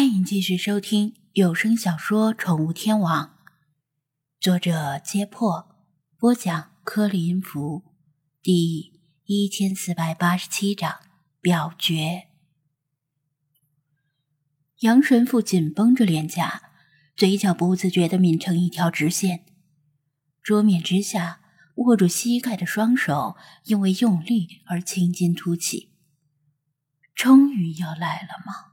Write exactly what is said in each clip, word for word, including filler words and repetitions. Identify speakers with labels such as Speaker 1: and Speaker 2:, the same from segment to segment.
Speaker 1: 欢迎继续收听有声小说《宠物天王》，作者揭破，播讲柯里音符，第一千四百八十七章表决。杨神父紧绷着脸颊，嘴角不自觉地抿成一条直线。桌面之下，握住膝盖的双手因为用力而青筋凸起。终于要来了吗？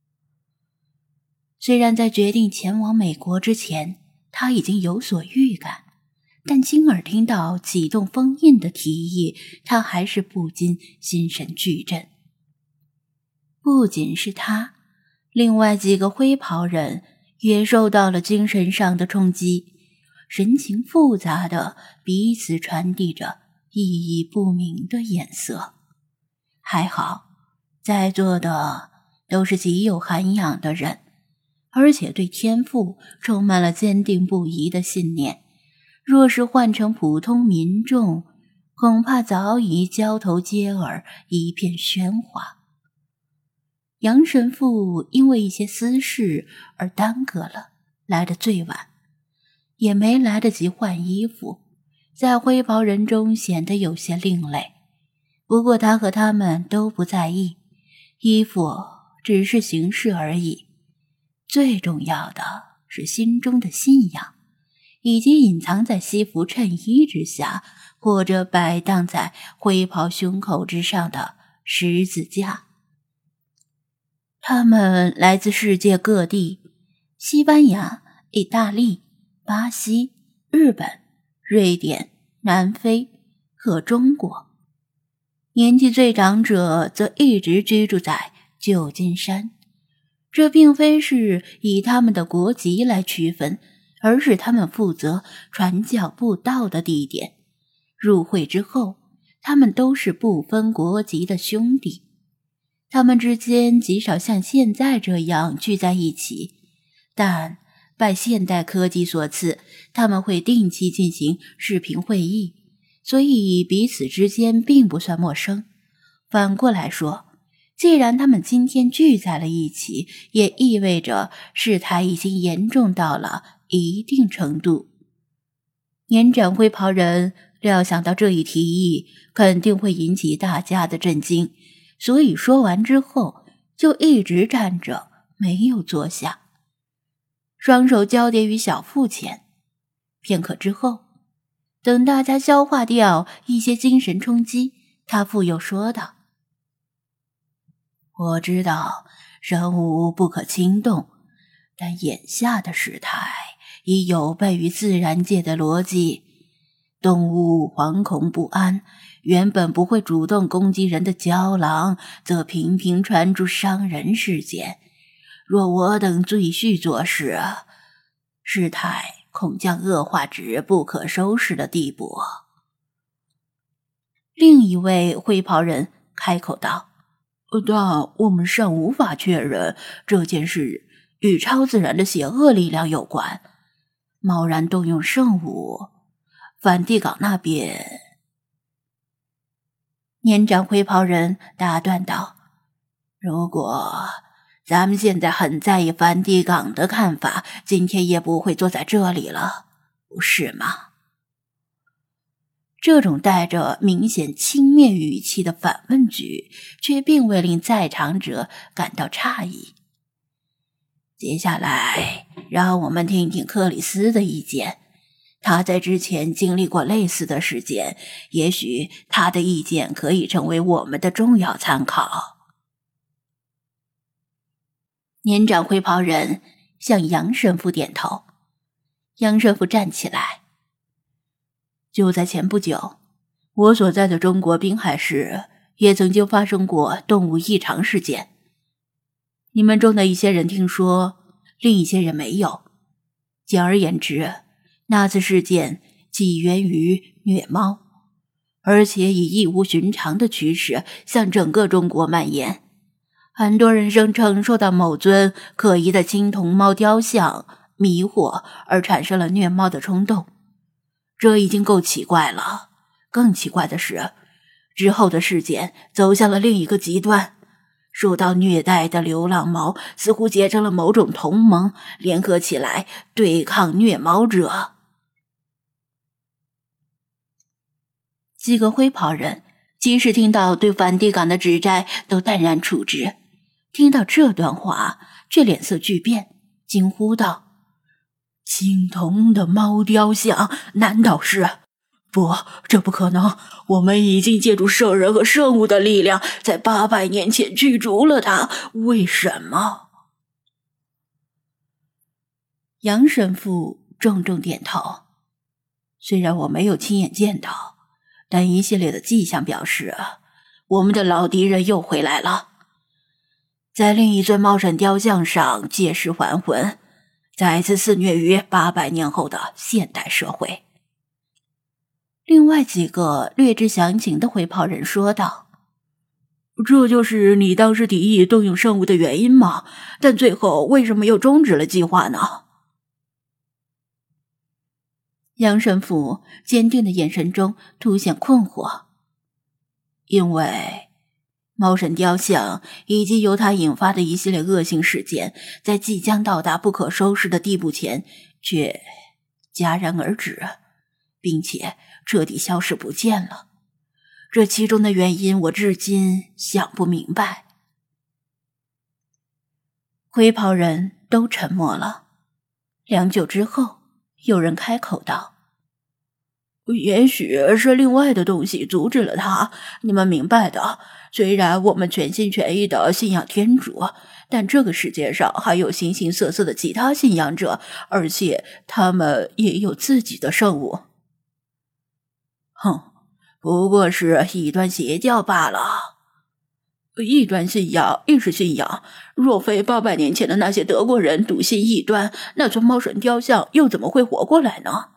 Speaker 1: 虽然在决定前往美国之前，他已经有所预感，但今耳听到启动封印的提议，他还是不禁心神俱震。不仅是他，另外几个灰袍人也受到了精神上的冲击，神情复杂的彼此传递着意义不明的眼色。还好，在座的都是极有涵养的人，而且对天赋充满了坚定不移的信念，若是换成普通民众，恐怕早已交头接耳，一片喧哗。杨神父因为一些私事而耽搁了，来得最晚，也没来得及换衣服，在灰袍人中显得有些另类。不过他和他们都不在意，衣服只是形式而已，最重要的是心中的信仰，以及隐藏在西服衬衣之下，或者摆荡在灰袍胸口之上的十字架。他们来自世界各地，西班牙、意大利、巴西、日本、瑞典、南非和中国。年纪最长者则一直居住在旧金山。这并非是以他们的国籍来区分，而是他们负责传教布道的地点。入会之后，他们都是不分国籍的兄弟。他们之间极少像现在这样聚在一起，但拜现代科技所赐，他们会定期进行视频会议，所以彼此之间并不算陌生。反过来说，既然他们今天聚在了一起，也意味着事态已经严重到了一定程度。年长灰袍人料想到这一提议肯定会引起大家的震惊，所以说完之后就一直站着没有坐下，双手交叠于小腹前。片刻之后，等大家消化掉一些精神冲击，他复又说道：我知道生物不可轻动，但眼下的事态已有悖于自然界的逻辑。动物惶恐不安，原本不会主动攻击人的郊狼，则频频传出伤人事件。若我等继续做事，事态恐将恶化至不可收拾的地步。另一位灰袍人开口道：但我们尚无法确认这件事与超自然的邪恶力量有关。贸然动用圣物，梵蒂冈那边……年长灰袍人打断道：如果咱们现在很在意梵蒂冈的看法，今天也不会坐在这里了，不是吗？这种带着明显轻蔑语气的反问句，却并未令在场者感到诧异。接下来，让我们听听克里斯的意见。他在之前经历过类似的事件，也许他的意见可以成为我们的重要参考。年长灰袍人向杨神父点头。杨神父站起来。就在前不久，我所在的中国滨海市也曾经发生过动物异常事件。你们中的一些人听说，另一些人没有。简而言之，那次事件起源于虐猫，而且以异乎寻常的趋势向整个中国蔓延。很多人声称受到某尊可疑的青铜猫雕像迷惑，而产生了虐猫的冲动。这已经够奇怪了，更奇怪的是，之后的事件走向了另一个极端。 受到虐待的流浪猫似乎结成了某种同盟，联合起来对抗虐猫者。几个灰袍人即使听到对梵蒂冈的指摘，都淡然处之。听到这段话，却脸色巨变，惊呼道：“青铜的猫雕像，难道是……不，这不可能！我们已经借助圣人和圣物的力量，在八百年前驱逐了它。为什么？”杨神父重重点头。虽然我没有亲眼见到，但一系列的迹象表示，我们的老敌人又回来了。在另一尊猫神雕像上借尸还魂，再次肆虐于八百年后的现代社会。另外几个略知详情的灰袍人说道：“这就是你当时提议动用圣物的原因吗？但最后为什么又终止了计划呢？”杨神父坚定的眼神中凸显困惑。因为猫神雕像以及由它引发的一系列恶性事件，在即将到达不可收拾的地步前却戛然而止，并且彻底消失不见了。这其中的原因我至今想不明白。灰袍人都沉默了。良久之后，有人开口道：“也许是另外的东西阻止了他，你们明白的。虽然我们全心全意的信仰天主，但这个世界上还有形形色色的其他信仰者，而且他们也有自己的圣物。”“哼，不过是异端邪教罢了。”“异端信仰亦是信仰，若非八百年前的那些德国人笃信异端，那尊猫神雕像又怎么会活过来呢？”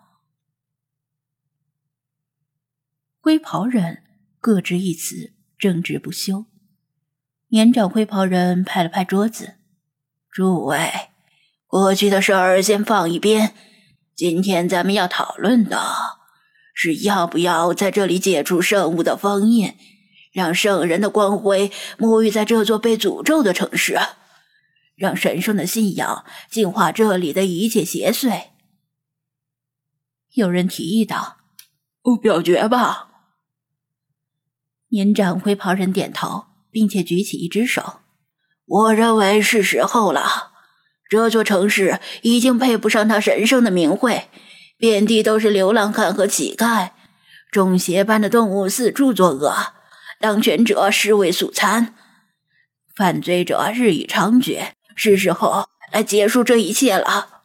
Speaker 1: 灰袍人各执一词，争执不休。年长灰袍人拍了拍桌子：“诸位，过去的事儿先放一边，今天咱们要讨论的是要不要在这里解除圣物的封印，让圣人的光辉沐浴在这座被诅咒的城市，让神圣的信仰净化这里的一切邪祟。”有人提议道：“哦，表决吧。”年长灰袍人点头，并且举起一只手：“我认为是时候了。这座城市已经配不上它神圣的名讳，遍地都是流浪汉和乞丐，中邪般的动物四处作恶，当权者尸位素餐，犯罪者日益猖獗，是时候来结束这一切了。”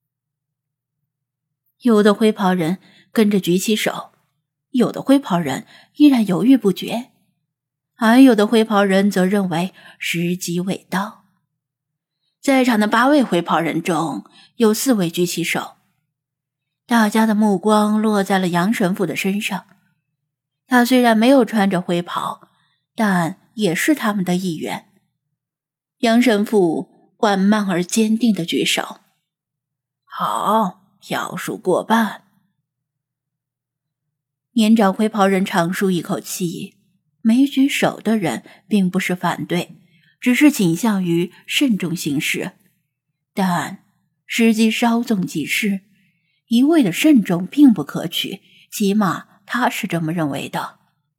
Speaker 1: 有的灰袍人跟着举起手，有的灰袍人依然犹豫不决，还有的灰袍人则认为时机未到。在场的八位灰袍人中，有四位举起手，大家的目光落在了杨神父的身上。他虽然没有穿着灰袍，但也是他们的一员。杨神父缓慢而坚定地举手：“好，票数过半。”年长灰袍人长舒一口气，没举手的人并不是反对，只是倾向于慎重行事。但时机稍纵即逝，一味的慎重并不可取，起码他是这么认为的。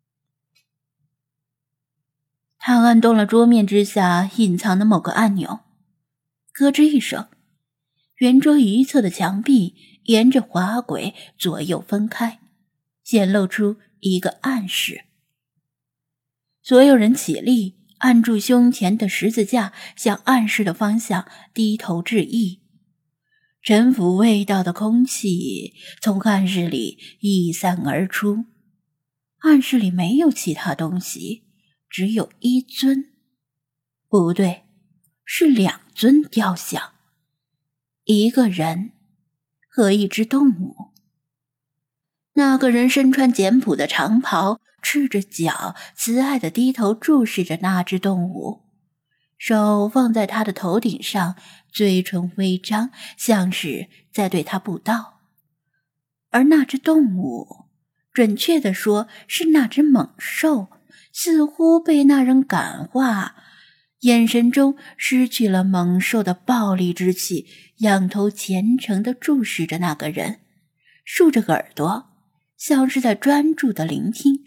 Speaker 1: 他按动了桌面之下隐藏的某个按钮，咯吱一声，圆桌一侧的墙壁沿着滑轨左右分开，显露出一个暗室。所有人起立，按住胸前的十字架，向暗室的方向低头致意。沉腐味道的空气从暗室里溢散而出。暗室里没有其他东西，只有一尊，不对，是两尊雕像，一个人和一只动物。那个人身穿简朴的长袍，赤着脚，慈爱地低头注视着那只动物，手放在他的头顶上，嘴唇微张，像是在对他布道。而那只动物，准确地说是那只猛兽，似乎被那人感化， 眼神中失去了猛兽的暴戾之气，仰头虔诚地注视着那个人，竖着耳朵，像是在专注地聆听。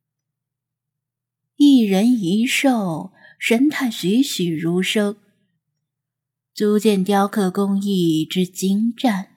Speaker 1: 一人一兽，神态栩栩如生，足见雕刻工艺之精湛。